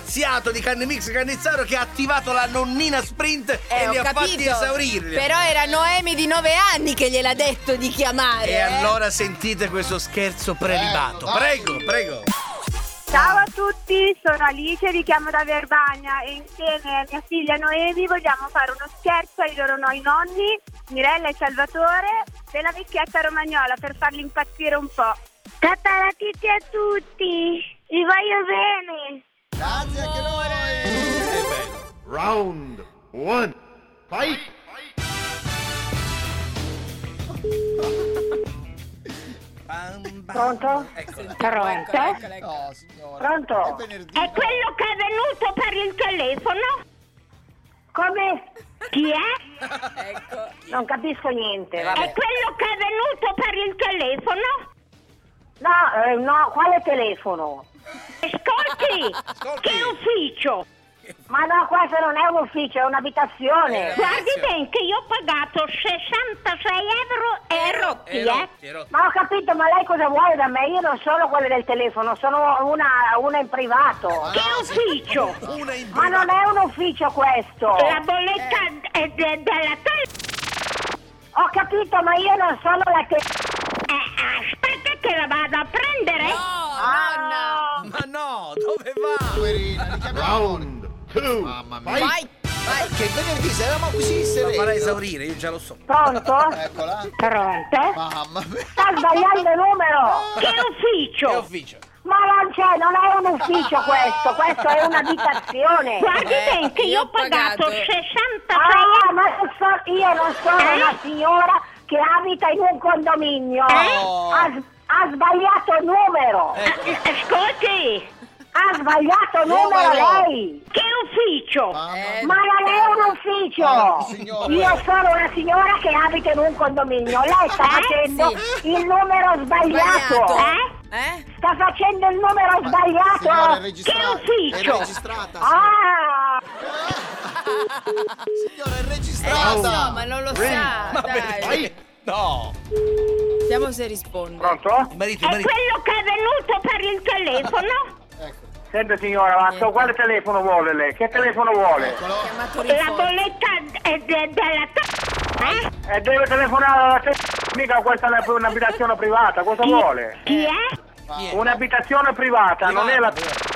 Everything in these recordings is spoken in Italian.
disgraziato di Cannemix Cannizzaro che ha attivato la nonnina Sprint e li ha fatti esaurire. Però era Noemi di 9 anni che gliel'ha detto di chiamare. E allora sentite questo scherzo prelibato. Prego. Ciao a tutti, sono Alice, vi chiamo da Verbagna e insieme a mia figlia Noemi vogliamo fare uno scherzo ai loro nonni, Mirella e Salvatore, della vecchietta romagnola per farli impazzire un po'. Tataratiti a tutti, vi voglio bene. Grazie anche noi. Round 1. Fight. Pronto? Pronto? No, signora. Pronto? È venerdì. È quello che è venuto per il telefono? Come? Chi è? Ecco. Non capisco niente, vabbè. È quello che è venuto per il telefono? No, quale telefono? Ascolti, che ufficio? Ma no, questo non è un ufficio, è un'abitazione. Guardi bene che io ho pagato 66 euro e rotti, Ma ho capito, ma lei cosa vuole da me? Io non sono quella del telefono, sono una in privato. Che ufficio? Ma non è un ufficio questo. La bolletta è della Ho capito, ma io non sono la aspetta che la vado a prendere. No, Ma no, dove va? Poverina, li chiamiamo. Round 2. Mamma mia. vai. Che venerdì se eravamo così Lo sereni. farà esaurire, io già lo so. Pronto? Eccola. Pronto? Mamma mia. Sta sbagliando il numero. Che ufficio? Che ufficio? Ma non è un ufficio questo è un'abitazione. Guardi bene che io ho pagato 66 ma io non sono una signora che abita in un condominio. Ha sbagliato numero. Ascolti. Ha sbagliato numero lei. Che ufficio? Ma non è un ufficio. Signora. Io sono una signora che abita in un condominio. Lei sta facendo il numero sbagliato. Sta facendo il numero sbagliato. Signora, è registrata. Che ufficio? È registrata. Ah! Signora, è Lo registrata. so, ma non lo sa. Ma Dai. perché? No. Vediamo se risponde. Pronto? Il marito. È quello che è venuto per il telefono? Ecco. Senta signora, ma quale telefono vuole lei? Che telefono vuole? Eccolo. Chiamato La rinforzo. bolletta è della E deve telefonare alla mica questa è un'abitazione privata, cosa vuole? Chi è? Un'abitazione privata, non è la...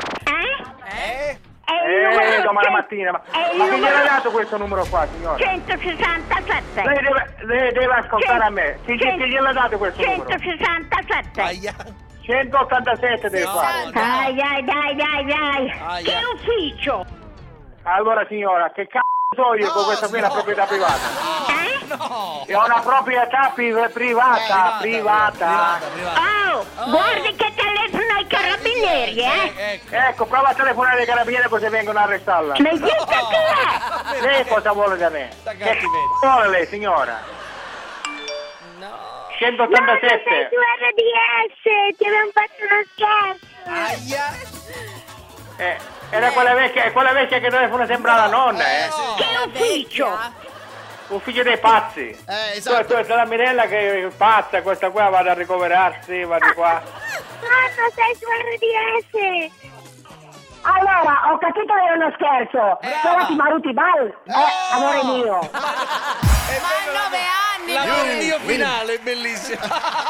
È il numero domani mattina, ma chi gliel'ha dato questo numero qua, signora? 167. Lei deve ascoltare a me. Chi gliel'ha dato questo numero? 167. Aia. 187 deve fare. Dai. Aia. Che ufficio? Allora signora, che cazzo so io con questa qui è una proprietà privata? No. È una proprietà privata. Oh, guardi che telefono ai carabinieri, Ecco, prova a telefonare ai carabinieri così vengono a arrestarla. Mi dica chi è? Lei cosa vuole da me? Sta Che cattiveria. cazzo vuole lei, signora? No. 187. Sei su RDS, ti abbiamo fatto uno scherzo. Aia. Era quella vecchia che telefona sembra la nonna, Che ufficio? Ufficio dei pazzi. Esatto. Questa è la Mirella che è pazza, questa qua va a ricoverarsi, va di qua. Nonno, sei su RDS. Allora, ho capito che è uno scherzo. Sono ti maruti bal, amore mio. Ma a 9 anni. L'amore finale è bellissimo.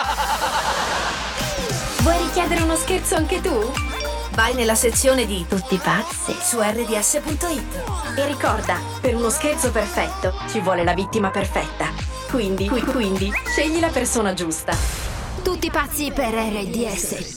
Vuoi richiedere uno scherzo anche tu? Vai nella sezione di Tutti pazzi su rds.it e ricorda, per uno scherzo perfetto ci vuole la vittima perfetta. Quindi scegli la persona giusta. Tutti pazzi per RDS.